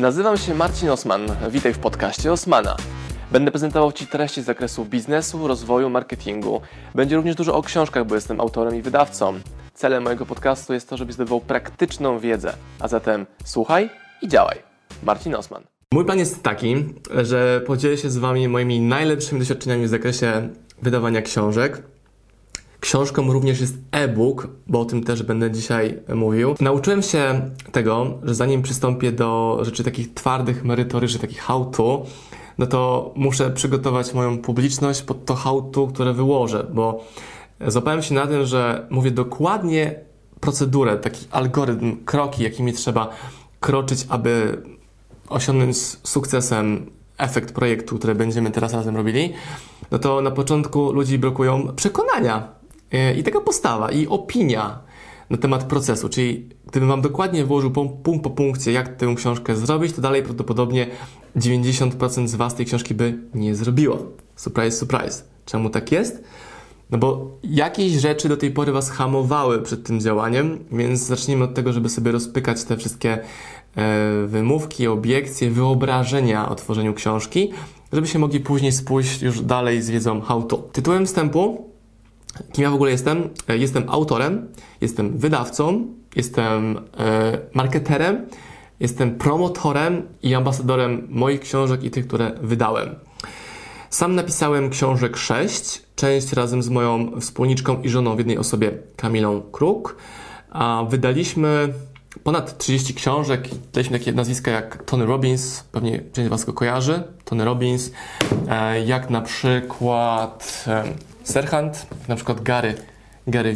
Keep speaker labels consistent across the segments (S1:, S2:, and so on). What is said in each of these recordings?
S1: Nazywam się Marcin Osman. Witaj w podcaście Osmana. Będę prezentował Ci treści z zakresu biznesu, rozwoju, marketingu. Będzie również dużo o książkach, bo jestem autorem i wydawcą. Celem mojego podcastu jest to, żebyś zdobywał praktyczną wiedzę. A zatem słuchaj i działaj. Marcin Osman. Mój plan jest taki, że podzielę się z Wami moimi najlepszymi doświadczeniami w zakresie wydawania książek. Książką również jest e-book, bo o tym też będę dzisiaj mówił. Nauczyłem się tego, że zanim przystąpię do rzeczy takich twardych, merytorycznych, takich how to, no to muszę przygotować moją publiczność pod to how to, które wyłożę, bo złapałem się na tym, że mówię dokładnie procedurę, taki algorytm, kroki, jakimi trzeba kroczyć, aby osiągnąć z sukcesem efekt projektu, który będziemy teraz razem robili. No to na początku ludzi blokują przekonania i taka postawa i opinia na temat procesu, czyli gdybym Wam dokładnie włożył punkt po punkcie, jak tę książkę zrobić, to dalej prawdopodobnie 90% z Was tej książki by nie zrobiło. Surprise, surprise. Czemu tak jest? No bo jakieś rzeczy do tej pory Was hamowały przed tym działaniem, więc zacznijmy od tego, żeby sobie rozpykać te wszystkie wymówki, obiekcje, wyobrażenia o tworzeniu książki, żebyście mogli później pójść już dalej z wiedzą how to. Tytułem wstępu, kim ja w ogóle jestem? Jestem autorem, jestem wydawcą, jestem marketerem, jestem promotorem i ambasadorem moich książek i tych, które wydałem. Sam napisałem książek 6, część razem z moją wspólniczką i żoną w jednej osobie, Kamilą Kruk, a wydaliśmy ponad 30 książek. Daliśmy takie nazwiska jak Tony Robbins, pewnie część z Was go kojarzy, Tony Robbins, jak na przykład Serhant, na przykład Gary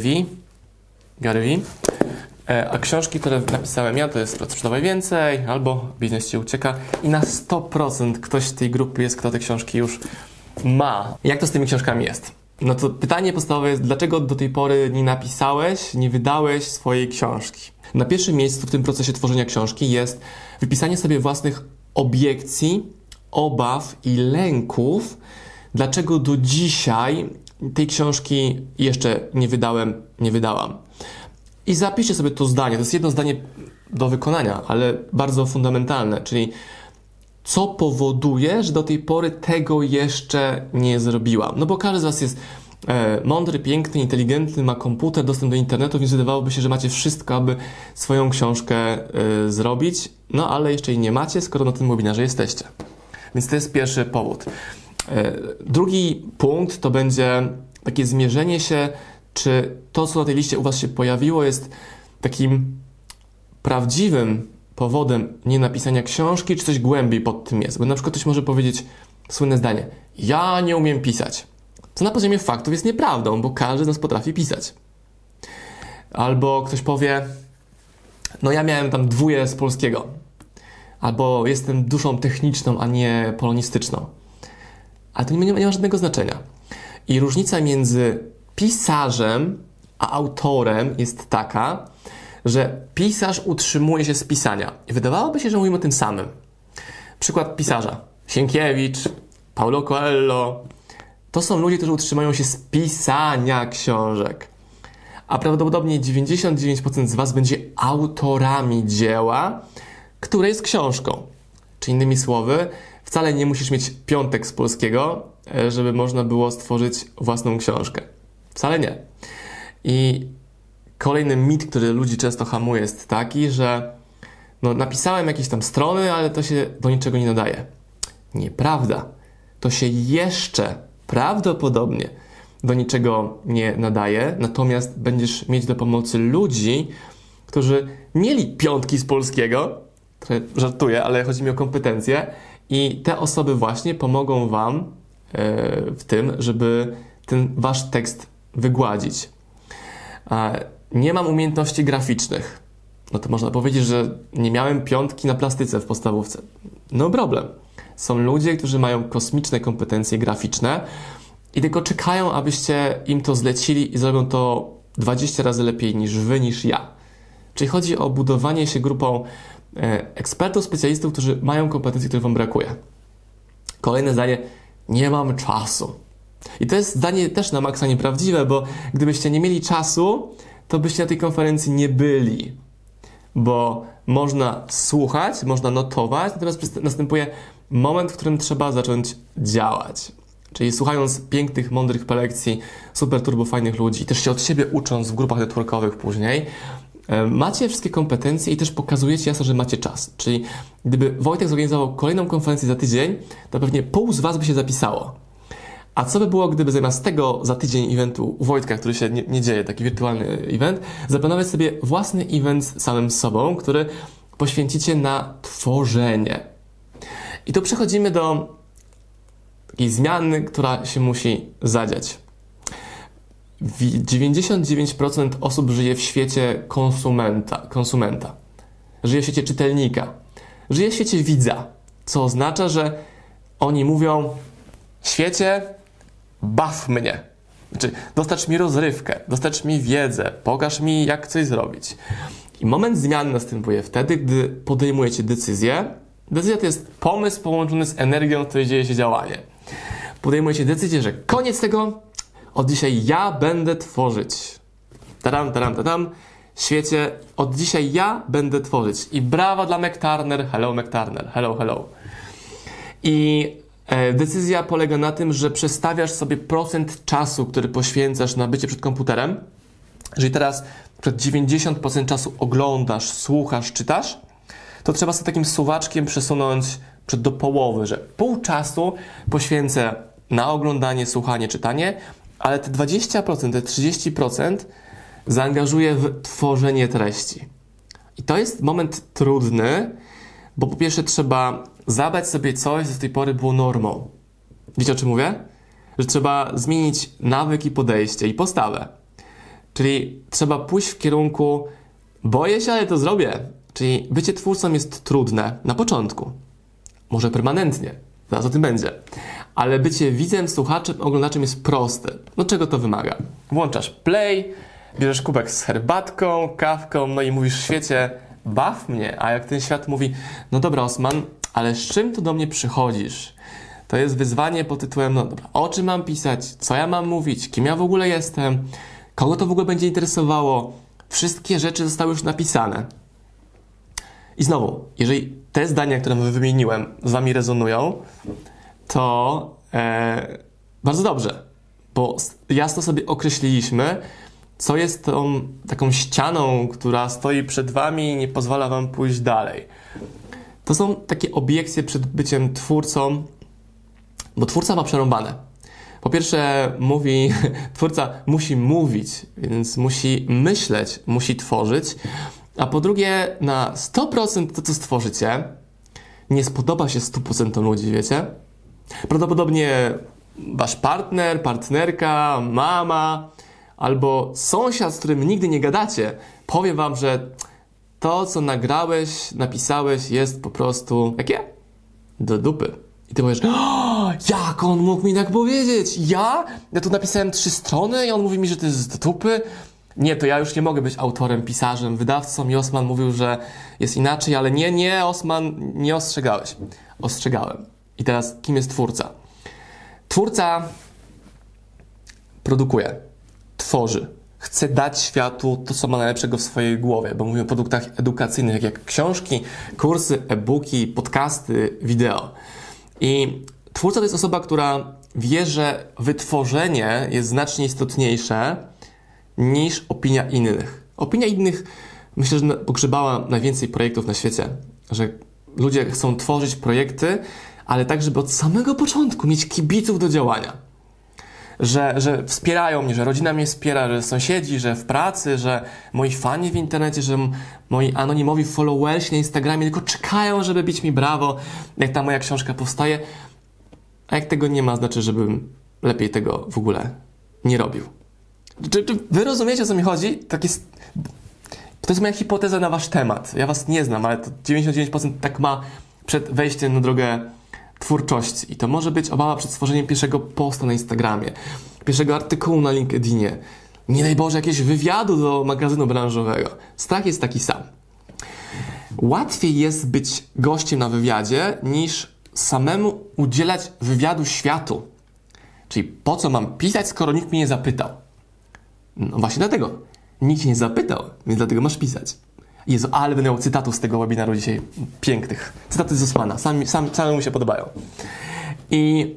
S1: V. A książki, które napisałem ja, to jest Sprzedawaj Więcej albo Biznes Ci Ucieka i na 100% ktoś z tej grupy jest, kto te książki już ma. Jak to z tymi książkami jest? No to pytanie podstawowe jest, dlaczego do tej pory nie napisałeś, nie wydałeś swojej książki? Na pierwszym miejscu w tym procesie tworzenia książki jest wypisanie sobie własnych obiekcji, obaw i lęków, dlaczego do dzisiaj tej książki jeszcze nie wydałam. I zapiszcie sobie to zdanie. To jest jedno zdanie do wykonania, ale bardzo fundamentalne, czyli co powoduje, że do tej pory tego jeszcze nie zrobiłam. No bo każdy z Was jest mądry, piękny, inteligentny, ma komputer, dostęp do internetu, więc wydawałoby się, że macie wszystko, aby swoją książkę zrobić, no ale jeszcze jej nie macie, skoro na tym webinarze jesteście. Więc to jest pierwszy powód. Drugi punkt to będzie takie zmierzenie się, czy to, co na tej liście u Was się pojawiło, jest takim prawdziwym powodem nie napisania książki, czy coś głębiej pod tym jest. Bo na przykład ktoś może powiedzieć słynne zdanie: ja nie umiem pisać. Co na poziomie faktów jest nieprawdą, bo każdy z nas potrafi pisać. Albo ktoś powie: no ja miałem tam 2 z polskiego. Albo jestem duszą techniczną, a nie polonistyczną. Ale to nie ma żadnego znaczenia. I różnica między pisarzem a autorem jest taka, że pisarz utrzymuje się z pisania. I wydawałoby się, że mówimy o tym samym. Przykład pisarza. Sienkiewicz, Paulo Coelho. To są ludzie, którzy utrzymują się z pisania książek. A prawdopodobnie 99% z Was będzie autorami dzieła, które jest książką. Czy innymi słowy, wcale nie musisz mieć 5 z polskiego, żeby można było stworzyć własną książkę. Wcale nie. I kolejny mit, który ludzi często hamuje, jest taki, że no, napisałem jakieś tam strony, ale to się do niczego nie nadaje. Nieprawda. To się jeszcze prawdopodobnie do niczego nie nadaje, natomiast będziesz mieć do pomocy ludzi, którzy mieli 5 z polskiego, trochę żartuję, ale chodzi mi o kompetencje, i te osoby właśnie pomogą Wam w tym, żeby ten Wasz tekst wygładzić. Nie mam umiejętności graficznych. No to można powiedzieć, że nie miałem 5 na plastyce w podstawówce. No problem. Są ludzie, którzy mają kosmiczne kompetencje graficzne i tylko czekają, abyście im to zlecili i zrobią to 20 razy lepiej niż Wy, niż ja. Czyli chodzi o budowanie się grupą ekspertów, specjalistów, którzy mają kompetencje, których Wam brakuje. Kolejne zdanie: nie mam czasu. I to jest zdanie też na maksa nieprawdziwe, bo gdybyście nie mieli czasu, to byście na tej konferencji nie byli. bo można słuchać, można notować, natomiast następuje moment, w którym trzeba zacząć działać. Czyli słuchając pięknych, mądrych prelekcji, super turbo fajnych ludzi i też się od siebie ucząc w grupach networkowych później, macie wszystkie kompetencje i też pokazujecie jasno, że macie czas. Czyli gdyby Wojtek zorganizował kolejną konferencję za tydzień, to pewnie pół z Was by się zapisało. A co by było, gdyby zamiast tego za tydzień eventu u Wojtka, który się nie dzieje, taki wirtualny event, zaplanować sobie własny event z samym sobą, który poświęcicie na tworzenie. I tu przechodzimy do takiej zmiany, która się musi zadziać. 99% osób żyje w świecie konsumenta. Żyje w świecie czytelnika. Żyje w świecie widza, co oznacza, że oni mówią: świecie, baw mnie. Znaczy, dostarcz mi rozrywkę, dostarcz mi wiedzę, pokaż mi, jak coś zrobić. I moment zmiany następuje wtedy, gdy podejmujecie decyzję. Decyzja to jest pomysł połączony z energią, w której dzieje się działanie. Podejmujecie decyzję, że koniec tego, od dzisiaj ja będę tworzyć. Tadam. Świecie, od dzisiaj ja będę tworzyć. I brawa dla McTurner. Hello McTurner. Hello. I decyzja polega na tym, że przestawiasz sobie procent czasu, który poświęcasz na bycie przed komputerem. Jeżeli teraz przed 90% czasu oglądasz, słuchasz, czytasz, to trzeba sobie takim suwaczkiem przesunąć do połowy, że pół czasu poświęcę na oglądanie, słuchanie, czytanie, ale te 20%, te 30% zaangażuję w tworzenie treści. I to jest moment trudny, bo po pierwsze trzeba zabrać sobie coś, co do tej pory było normą. Wiecie, o czym mówię? Że trzeba zmienić nawyk i podejście i postawę. Czyli trzeba pójść w kierunku boję się, ale to zrobię. Czyli bycie twórcą jest trudne na początku. Może permanentnie. Zaraz o tym będzie. Ale bycie widzem, słuchaczem, oglądaczem jest proste. No czego to wymaga? Włączasz play, bierzesz kubek z herbatką, kawką, no i mówisz: świecie, baw mnie. A jak ten świat mówi: no dobra, Osman, ale z czym tu do mnie przychodzisz? To jest wyzwanie pod tytułem: no dobra, o czym mam pisać? Co ja mam mówić? Kim ja w ogóle jestem? Kogo to w ogóle będzie interesowało? Wszystkie rzeczy zostały już napisane. I znowu, jeżeli te zdania, które wymieniłem, z Wami rezonują, to bardzo dobrze, bo jasno sobie określiliśmy, co jest tą taką ścianą, która stoi przed Wami i nie pozwala Wam pójść dalej. To są takie obiekcje przed byciem twórcą, bo twórca ma przerąbane. Po pierwsze twórca musi mówić, więc musi myśleć, musi tworzyć, a po drugie na 100% to, co stworzycie, nie spodoba się 100% ludzi, wiecie? Prawdopodobnie wasz partner, partnerka, mama albo sąsiad, z którym nigdy nie gadacie, powie wam, że to, co nagrałeś, napisałeś, jest po prostu jakie? Do dupy. I ty powiesz: jak on mógł mi tak powiedzieć? Ja tu napisałem 3 strony i on mówi mi, że to jest do dupy? Nie, to ja już nie mogę być autorem, pisarzem, wydawcą. I Osman mówił, że jest inaczej, ale nie, Osman, nie ostrzegałeś. Ostrzegałem. I teraz, kim jest twórca? Twórca produkuje, tworzy, chce dać światu to, co ma najlepszego w swojej głowie, bo mówimy o produktach edukacyjnych, jak książki, kursy, e-booki, podcasty, wideo. I twórca to jest osoba, która wie, że wytworzenie jest znacznie istotniejsze niż opinia innych. Opinia innych, myślę, że pogrzebała najwięcej projektów na świecie, że ludzie chcą tworzyć projekty, ale tak, żeby od samego początku mieć kibiców do działania. Że wspierają mnie, że rodzina mnie wspiera, że sąsiedzi, że w pracy, że moi fani w internecie, że moi anonimowi followersi na Instagramie tylko czekają, żeby bić mi brawo, jak ta moja książka powstaje. A jak tego nie ma, znaczy, żebym lepiej tego w ogóle nie robił. Czy wy rozumiecie, o co mi chodzi? To jest moja hipoteza na wasz temat. Ja was nie znam, ale to 99% tak ma przed wejściem na drogę twórczości. I to może być obawa przed stworzeniem pierwszego posta na Instagramie, pierwszego artykułu na LinkedInie, nie daj Boże, jakiegoś wywiadu do magazynu branżowego. Strach jest taki sam. Łatwiej jest być gościem na wywiadzie, niż samemu udzielać wywiadu światu. Czyli po co mam pisać, skoro nikt mnie nie zapytał? No właśnie dlatego. Nikt cię nie zapytał, więc dlatego masz pisać. Jezu, ale będę miał cytatów z tego webinaru dzisiaj. Pięknych. Cytaty z Osmana. Same mi się podobają. I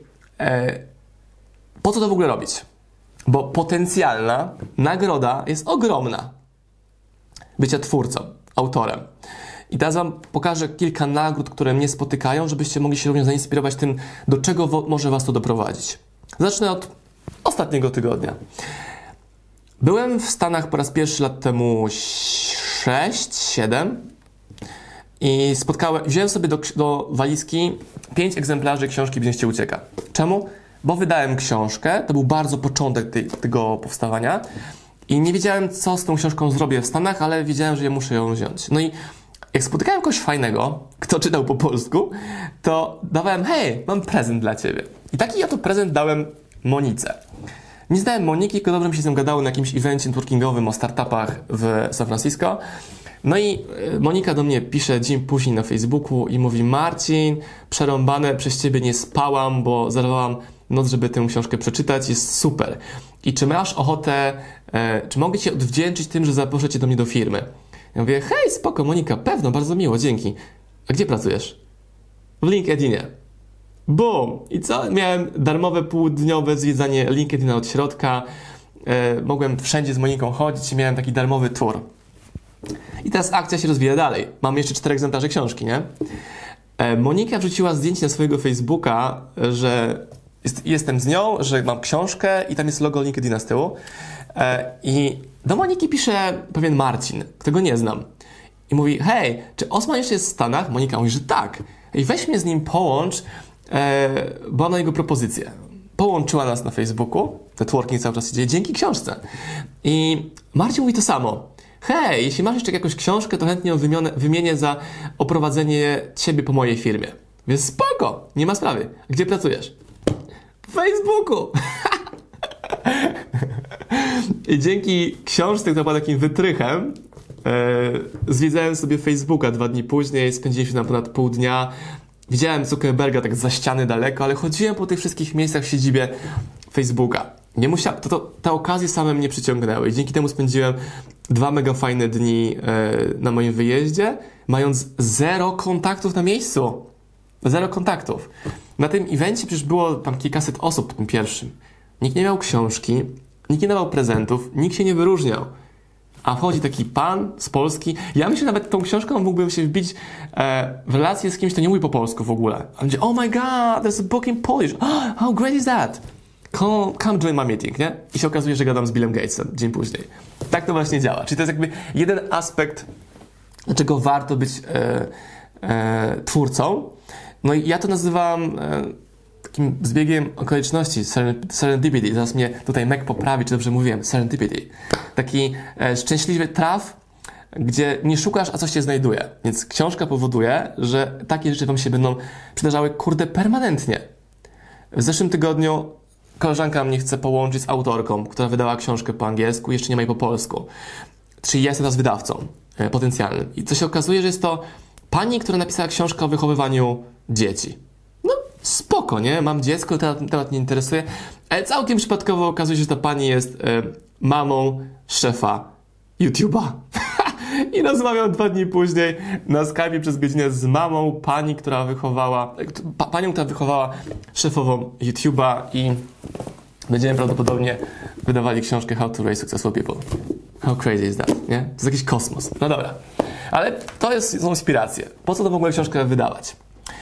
S1: po co to w ogóle robić? Bo potencjalna nagroda jest ogromna. Bycia twórcą, autorem. I teraz wam pokażę kilka nagród, które mnie spotykają, żebyście mogli się również zainspirować tym, do czego może was to doprowadzić. Zacznę od ostatniego tygodnia. Byłem w Stanach po raz pierwszy lat temu 6-7 i wziąłem sobie do walizki 5 egzemplarzy książki Biznes Cię ucieka. Czemu? Bo wydałem książkę, to był bardzo początek tego powstawania i nie wiedziałem, co z tą książką zrobię w Stanach, ale wiedziałem, że muszę ją wziąć. No i jak spotykałem kogoś fajnego, kto czytał po polsku, to dawałem, hej, mam prezent dla ciebie. I taki oto prezent dałem Monice. Nie znałem Moniki, tylko dobrze mi się z nią gadało na jakimś evencie networkingowym o startupach w San Francisco. No i Monika do mnie pisze dzień później na Facebooku i mówi: Marcin, przerąbane, przez ciebie nie spałam, bo zerwałam noc, żeby tę książkę przeczytać, jest super. I czy masz ochotę, czy mogę cię odwdzięczyć tym, że zaproszę cię do mnie do firmy? Ja mówię: hej, spoko, Monika, pewno, bardzo miło, dzięki. A gdzie pracujesz? W LinkedInie. Boom! I co? Miałem darmowe półdniowe zwiedzanie LinkedIna od środka. Mogłem wszędzie z Moniką chodzić i miałem taki darmowy tour. I teraz akcja się rozwija dalej. Mam jeszcze 4 egzemplarze książki, nie? Monika wrzuciła zdjęcie na swojego Facebooka, że jestem z nią, że mam książkę i tam jest logo LinkedIna z tyłu. I do Moniki pisze pewien Marcin, którego nie znam. I mówi: hej, czy Osman jeszcze jest w Stanach? Monika mówi, że tak. I weź mnie z nim połącz, bo mam na jego propozycję. Połączyła nas na Facebooku, networking cały czas się dzieje dzięki książce. I Marcin mówi to samo. Hej, jeśli masz jeszcze jakąś książkę, to chętnie ją wymienię za oprowadzenie ciebie po mojej firmie. Więc spoko, nie ma sprawy. Gdzie pracujesz? W Facebooku! I dzięki książce, która była takim wytrychem, zwiedzałem sobie Facebooka 2 dni później, spędziliśmy tam ponad pół dnia. Widziałem Zuckerberga tak za ściany daleko, ale chodziłem po tych wszystkich miejscach w siedzibie Facebooka. Nie musiałem, te okazje same mnie przyciągnęły i dzięki temu spędziłem 2 mega fajne dni na moim wyjeździe, mając 0 kontaktów na miejscu. 0 kontaktów. Na tym evencie przecież było tam kilkaset osób, tym pierwszym. Nikt nie miał książki, nikt nie dawał prezentów, nikt się nie wyróżniał. A wchodzi taki pan z Polski. Ja myślę, że nawet tą książką mógłbym się wbić w relację z kimś, kto nie mówi po polsku w ogóle. A będzie: oh my god, there's a book in Polish. Oh, how great is that? Come join my meeting, nie? I się okazuje, że gadam z Billem Gatesem dzień później. Tak to właśnie działa. Czyli to jest jakby jeden aspekt, dlaczego warto być twórcą. No i ja to nazywam takim zbiegiem okoliczności, serendipity. Zaraz mnie tutaj Mac poprawi, czy dobrze mówiłem, serendipity. Taki szczęśliwy traf, gdzie nie szukasz, a coś się znajduje. Więc książka powoduje, że takie rzeczy wam się będą przydarzały, permanentnie. W zeszłym tygodniu koleżanka mnie chce połączyć z autorką, która wydała książkę po angielsku, jeszcze nie ma jej po polsku. Czyli ja jestem teraz wydawcą potencjalnym. I co się okazuje, że jest to pani, która napisała książkę o wychowywaniu dzieci. No spoko, nie? Mam dziecko, temat mnie interesuje, ale całkiem przypadkowo okazuje się, że ta pani jest mamą szefa YouTube'a. I rozmawiam 2 dni później na Skype'ie przez godzinę z mamą panią, która wychowała szefową YouTube'a i będziemy prawdopodobnie wydawali książkę How to Raise Successful People. How crazy is that, nie? To jest jakiś kosmos. No dobra. Ale to są inspiracje. Po co to w ogóle książkę wydawać?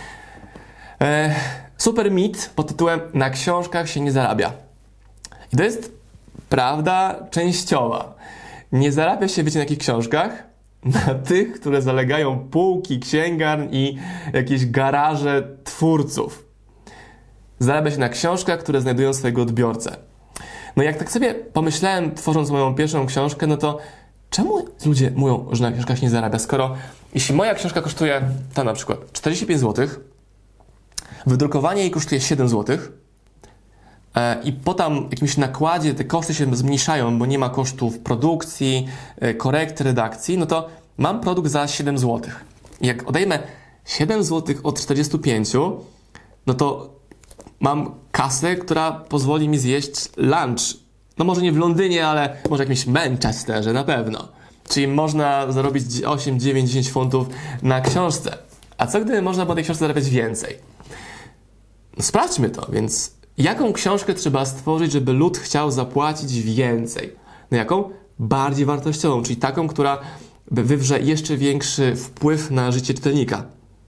S1: Super mit pod tytułem Na książkach się nie zarabia. I to jest prawda częściowa. Nie zarabia się, wiecie, na jakich książkach? Na tych, które zalegają półki księgarni i jakieś garaże twórców. Zarabia się na książkach, które znajdują swojego odbiorcę. No jak tak sobie pomyślałem, tworząc moją pierwszą książkę, no to czemu ludzie mówią, że na książkach się nie zarabia, skoro jeśli moja książka kosztuje, ta na przykład, 45 zł, wydrukowanie jej kosztuje 7 zł i po tam jakimś nakładzie te koszty się zmniejszają, bo nie ma kosztów produkcji, korekty, redakcji, no to mam produkt za 7 zł. I jak odejmę 7 zł od 45, no to mam kasę, która pozwoli mi zjeść lunch. No może nie w Londynie, ale może w jakimś Manchesterze na pewno. Czyli można zarobić 8, 9, 10 funtów na książce. A co gdyby można po tej książce zarabiać więcej? No sprawdźmy to, więc jaką książkę trzeba stworzyć, żeby lud chciał zapłacić więcej? No jaką? Bardziej wartościową, czyli taką, która wywrze jeszcze większy wpływ na życie czytelnika.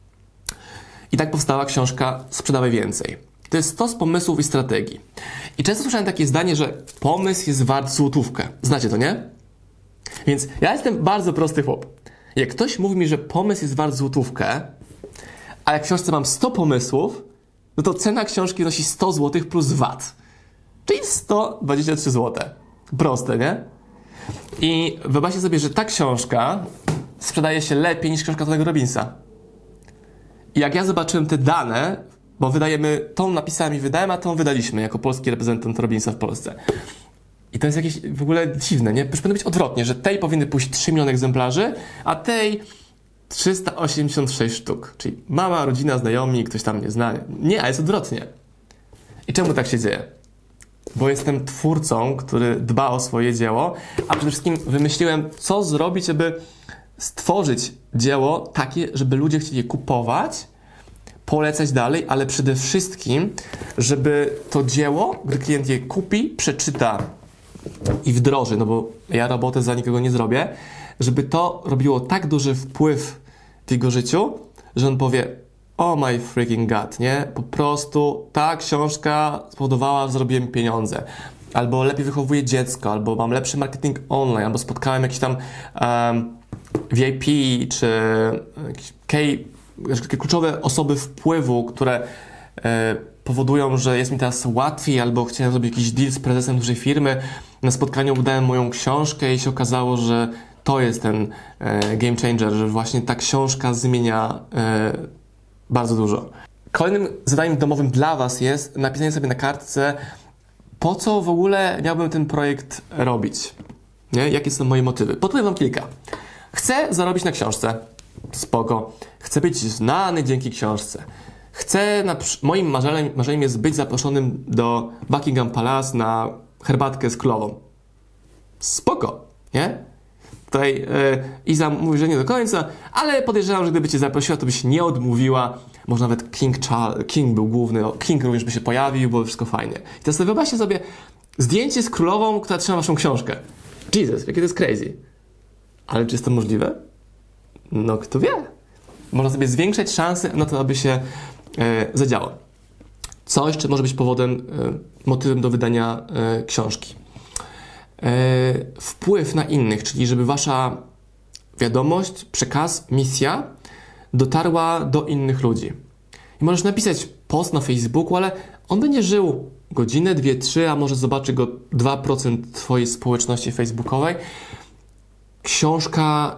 S1: I tak powstała książka Sprzedawaj Więcej. To jest stos pomysłów i strategii. I często słyszałem takie zdanie, że pomysł jest wart złotówkę. Znacie to, nie? Więc ja jestem bardzo prosty chłop. Jak ktoś mówi mi, że pomysł jest wart złotówkę, a jak w książce mam 100 pomysłów, no to cena książki wynosi 100 zł plus VAT. Czyli 123 zł. Proste, nie? I wyobraźcie sobie, że ta książka sprzedaje się lepiej niż książka Tonego Robbinsa. I jak ja zobaczyłem te dane, bo wydajemy, tą napisałem i wydałem, a tą wydaliśmy jako polski reprezentant Robbinsa w Polsce. I to jest jakieś w ogóle dziwne, nie? Przecież powinno być odwrotnie, że tej powinny pójść 3 miliony egzemplarzy, a tej 386 sztuk. Czyli mama, rodzina, znajomi, ktoś tam nie zna. Nie, a jest odwrotnie. I czemu tak się dzieje? Bo jestem twórcą, który dba o swoje dzieło, a przede wszystkim wymyśliłem, co zrobić, żeby stworzyć dzieło takie, żeby ludzie chcieli je kupować, polecać dalej, ale przede wszystkim, żeby to dzieło, gdy klient je kupi, przeczyta i wdroży, no bo ja robotę za nikogo nie zrobię, żeby to robiło tak duży wpływ w jego życiu, że on powie: oh my freaking god, nie? Po prostu ta książka spowodowała, że zrobiłem pieniądze. Albo lepiej wychowuję dziecko, albo mam lepszy marketing online, albo spotkałem jakieś tam VIP, czy jakieś kluczowe osoby wpływu, które powodują, że jest mi teraz łatwiej, albo chciałem zrobić jakiś deal z prezesem dużej firmy. Na spotkaniu dałem moją książkę i się okazało, że to jest ten game changer, że właśnie ta książka zmienia bardzo dużo. Kolejnym zadaniem domowym dla Was jest napisanie sobie na kartce, po co w ogóle miałbym ten projekt robić. Nie? Jakie są moje motywy? Podpowiem Wam kilka. Chcę zarobić na książce. Spoko. Chcę być znany dzięki książce. Moim marzeniem jest być zaproszonym do Buckingham Palace na herbatkę z królową. Spoko, nie? Tutaj Iza mówi, że nie do końca, ale podejrzewam, że gdyby Cię zaprosiła, to byś nie odmówiła. Może nawet King był główny, King również by się pojawił, było wszystko fajnie. I teraz wyobraźcie sobie zdjęcie z królową, która trzyma Waszą książkę. Jesus, jakie to jest crazy. Ale czy jest to możliwe? No kto wie. Można sobie zwiększać szanse na to, aby się zadziało. Co jeszcze może być powodem, motywem do wydania książki? Wpływ na innych, czyli żeby Wasza wiadomość, przekaz, misja dotarła do innych ludzi. I możesz napisać post na Facebooku, ale on będzie żył godzinę, 2, 3, a może zobaczy go 2% Twojej społeczności facebookowej. Książka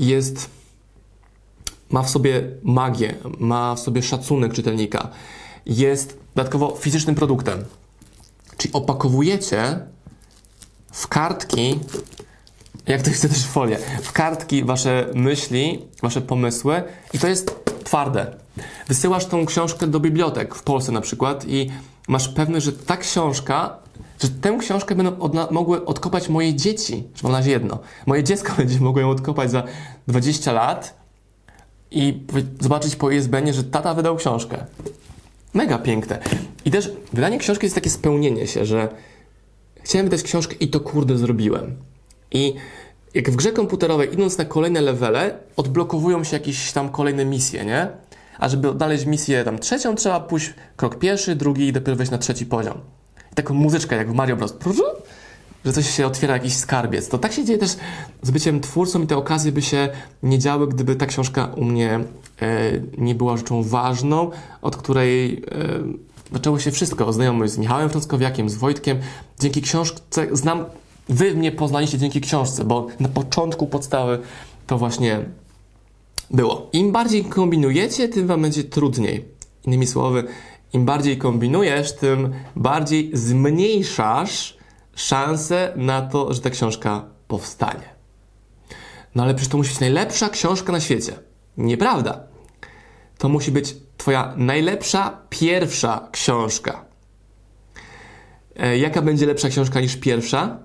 S1: ma w sobie magię, ma w sobie szacunek czytelnika. Jest dodatkowo fizycznym produktem. Czyli opakowujecie w kartki, jak to chce też folię, w kartki Wasze myśli, Wasze pomysły i to jest twarde. Wysyłasz tą książkę do bibliotek w Polsce na przykład i masz pewność, że że tę książkę będą mogły odkopać moje dzieci, że mam na razie jedno. Moje dziecko będzie mogło ją odkopać za 20 lat i zobaczyć po ISBN-ie, że tata wydał książkę. Mega piękne. I też wydanie książki jest takie spełnienie się, że chciałem wydać książkę i to kurde zrobiłem. I jak w grze komputerowej, idąc na kolejne levele, odblokowują się jakieś tam kolejne misje, nie? A żeby odnaleźć misję tam trzecią, trzeba pójść krok pierwszy, drugi i dopiero wejść na 3. poziom. I taką muzyczkę jak w Mario Bros. Że coś się otwiera, jakiś skarbiec. To tak się dzieje też z byciem twórcą i te okazje by się nie działy, gdyby ta książka u mnie nie była rzeczą ważną, od której zaczęło się wszystko. Znajomość z Michałem Frąckowiakiem, z Wojtkiem. Dzięki książce wy mnie poznaliście dzięki książce, bo na początku podstawy to właśnie było. Im bardziej kombinujecie, tym wam będzie trudniej. Innymi słowy, im bardziej kombinujesz, tym bardziej zmniejszasz szanse na to, że ta książka powstanie. No ale przecież to musi być najlepsza książka na świecie. Nieprawda. To musi być Twoja najlepsza pierwsza książka. Jaka będzie lepsza książka niż pierwsza?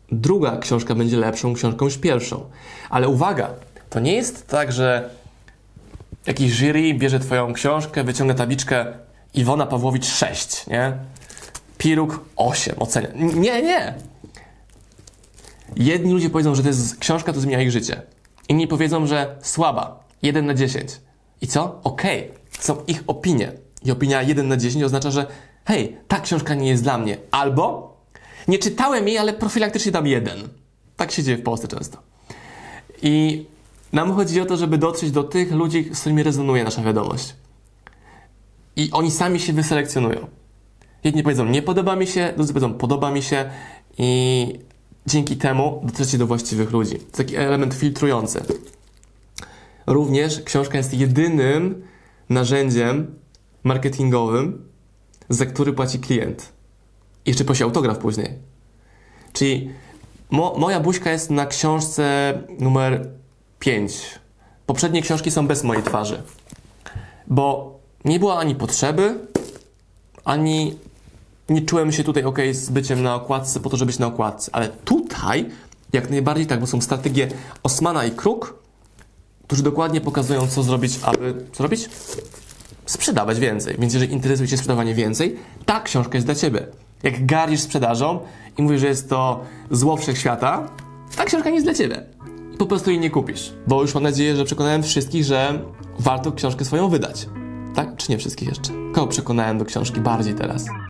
S1: druga książka będzie lepszą książką niż pierwszą. Ale uwaga, to nie jest tak, że jakiś jury bierze twoją książkę, wyciąga tabliczkę Iwona Pawłowicz 6, nie? Piruk 8 ocenia. Nie. Jedni ludzie powiedzą, że to jest książka, to zmienia ich życie. Inni powiedzą, że słaba, 1 na 10. I co? Okej, są ich opinie. I opinia 1 na 10 oznacza, że hej, ta książka nie jest dla mnie. Albo nie czytałem jej, ale profilaktycznie dam 1. Tak się dzieje w Polsce często. I nam chodzi o to, żeby dotrzeć do tych ludzi, z którymi rezonuje nasza wiadomość. I oni sami się wyselekcjonują. Jedni powiedzą, nie podoba mi się, drudzy powiedzą, podoba mi się i dzięki temu dotrzecie do właściwych ludzi. To taki element filtrujący. Również książka jest jedynym narzędziem marketingowym, za który płaci klient. I jeszcze prosi autograf później. Czyli moja buźka jest na książce numer 5. Poprzednie książki są bez mojej twarzy. Bo nie było ani potrzeby, ani nie czułem się tutaj ok z byciem na okładce po to, żeby być na okładce. Ale tutaj jak najbardziej tak, bo są strategie Osmana i Kruk, którzy dokładnie pokazują, co zrobić, aby... Co robić? Sprzedawać więcej. Więc jeżeli interesuje Cię sprzedawanie więcej, ta książka jest dla Ciebie. Jak gardzisz sprzedażą i mówisz, że jest to zło wszechświata, ta książka nie jest dla Ciebie. I po prostu jej nie kupisz. Bo już mam nadzieję, że przekonałem wszystkich, że warto książkę swoją wydać. Tak? Czy nie wszystkich jeszcze? Kogo przekonałem do książki bardziej teraz?